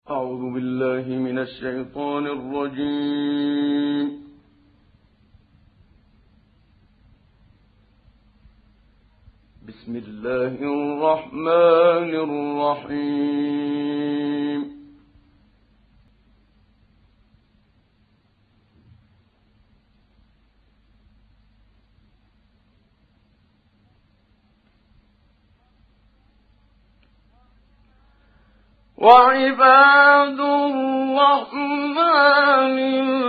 أعوذ بالله من الشيطان الرجيم. بسم الله الرحمن الرحيم. وعباد الرحمن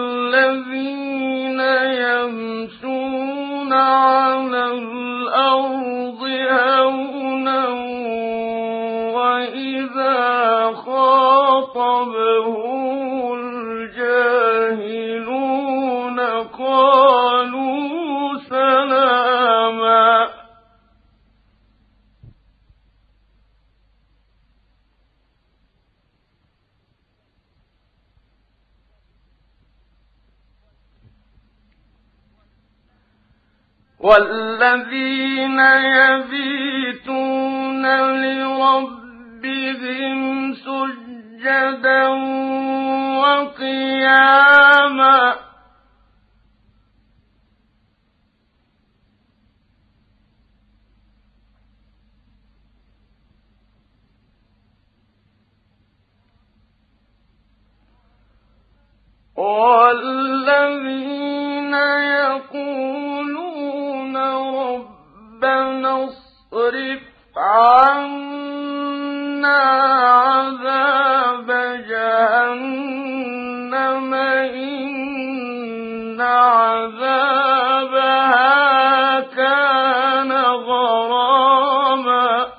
الذين يمشون على الأرض هونا وإذا خاطبهم الجاهلون قالوا سلاما. والذين يبيتون لربهم سجدا وقياما والذين يقولون ربنا اصرف عنا عذاب جهنم إن عذابها كان غراما.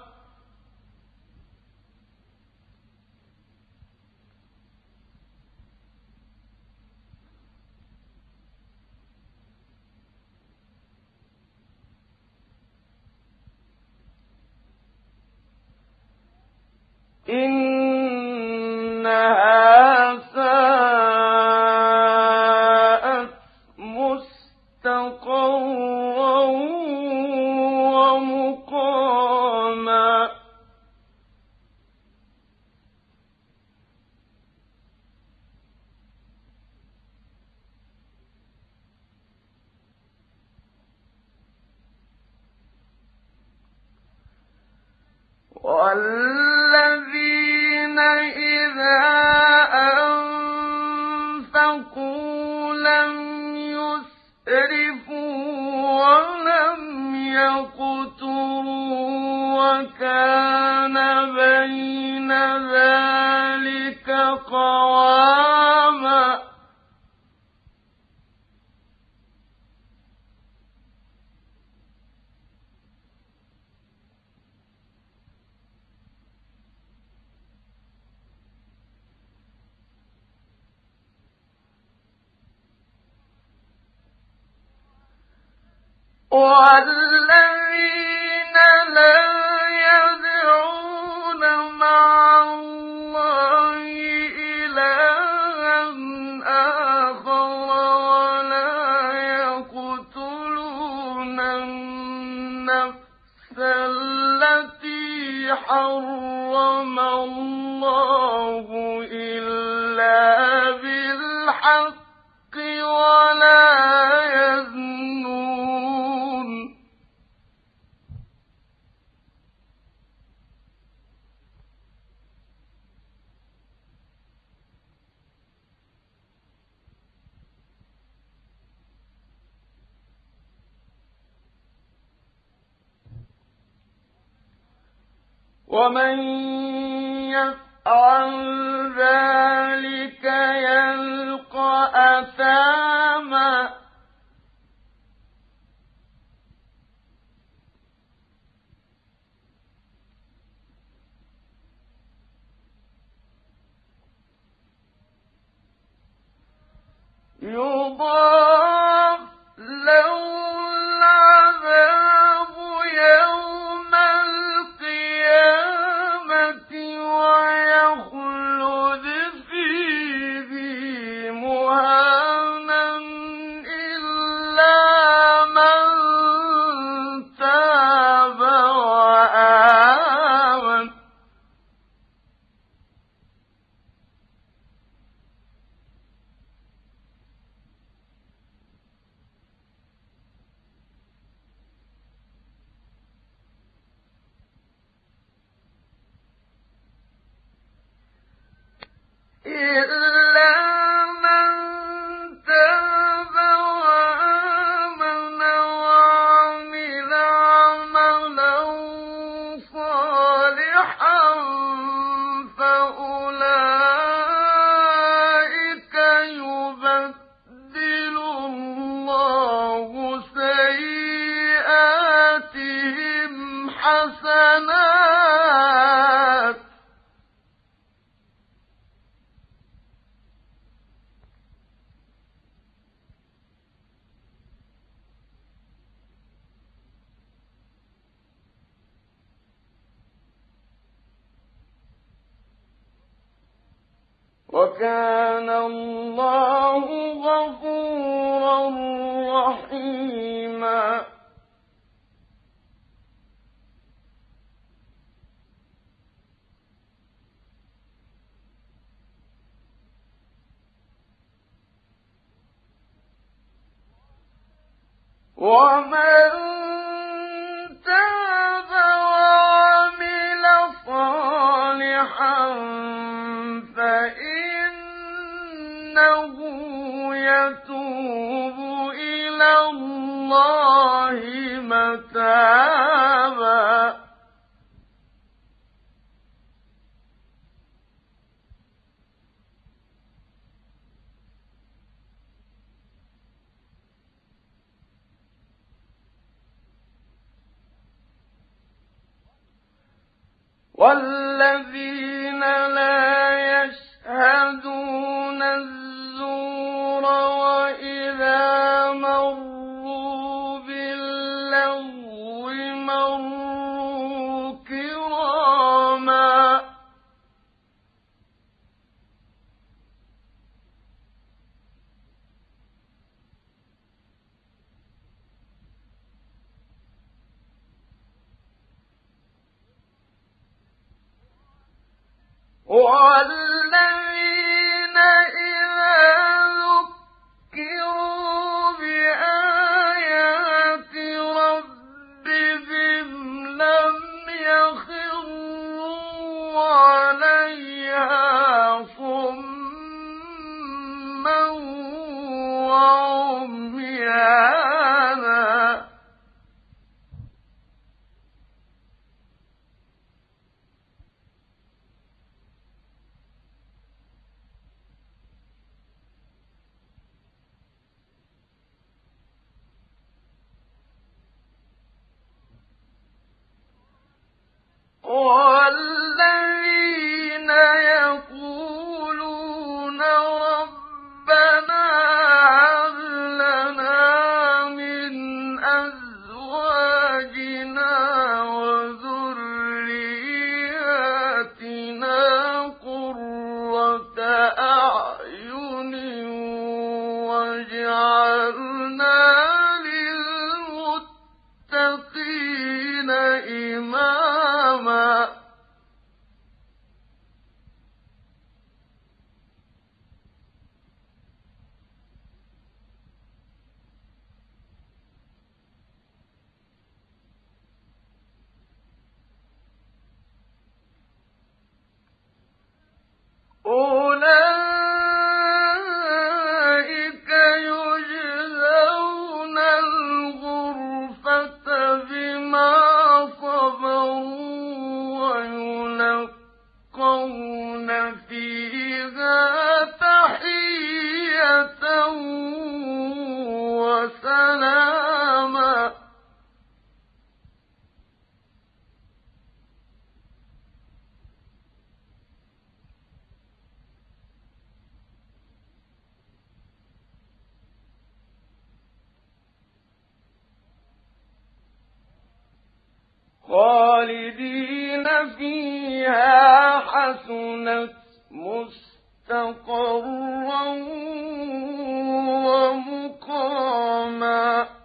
إنها ساءت مستقرا ومقاما. والذين إذا أنفقوا لم يسرفوا ولم يقتروا وكان بين ذلك قواما. والذين لا يدعون مع الله إلها آخر ولا يقتلون النفس التي حرم الله إلا بالحق ولا يزنون. ومن يفعل ذلك يلقى أثاما. يضاعف له العذاب يوم القيامة ويخلد فيه مهانا إلا من تاب وآمن. وكان الله غفورا رحيما ومن تاب وعمل صالحا فإنه يتوب إلى الله متابا والذين لا يشهدون الزور وإذا مروا باللغو مروا كراما والذين إذا ذكروا بآيات ربهم لم يخروا عليها صما وعميانا والذين يقولون ربنا هب لنا من أزواجنا وذرياتنا قرة أعين واجعلنا للمتقين إماما أولئك يجزون الغرفة بما صبروا ويلقون فيها تحية وسلاما خالدين فيها حسنت مستقرا ومقاما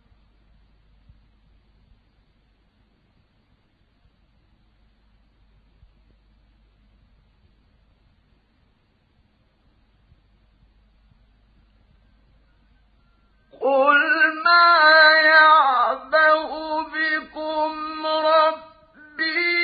قل ما يعبأ بكم ربي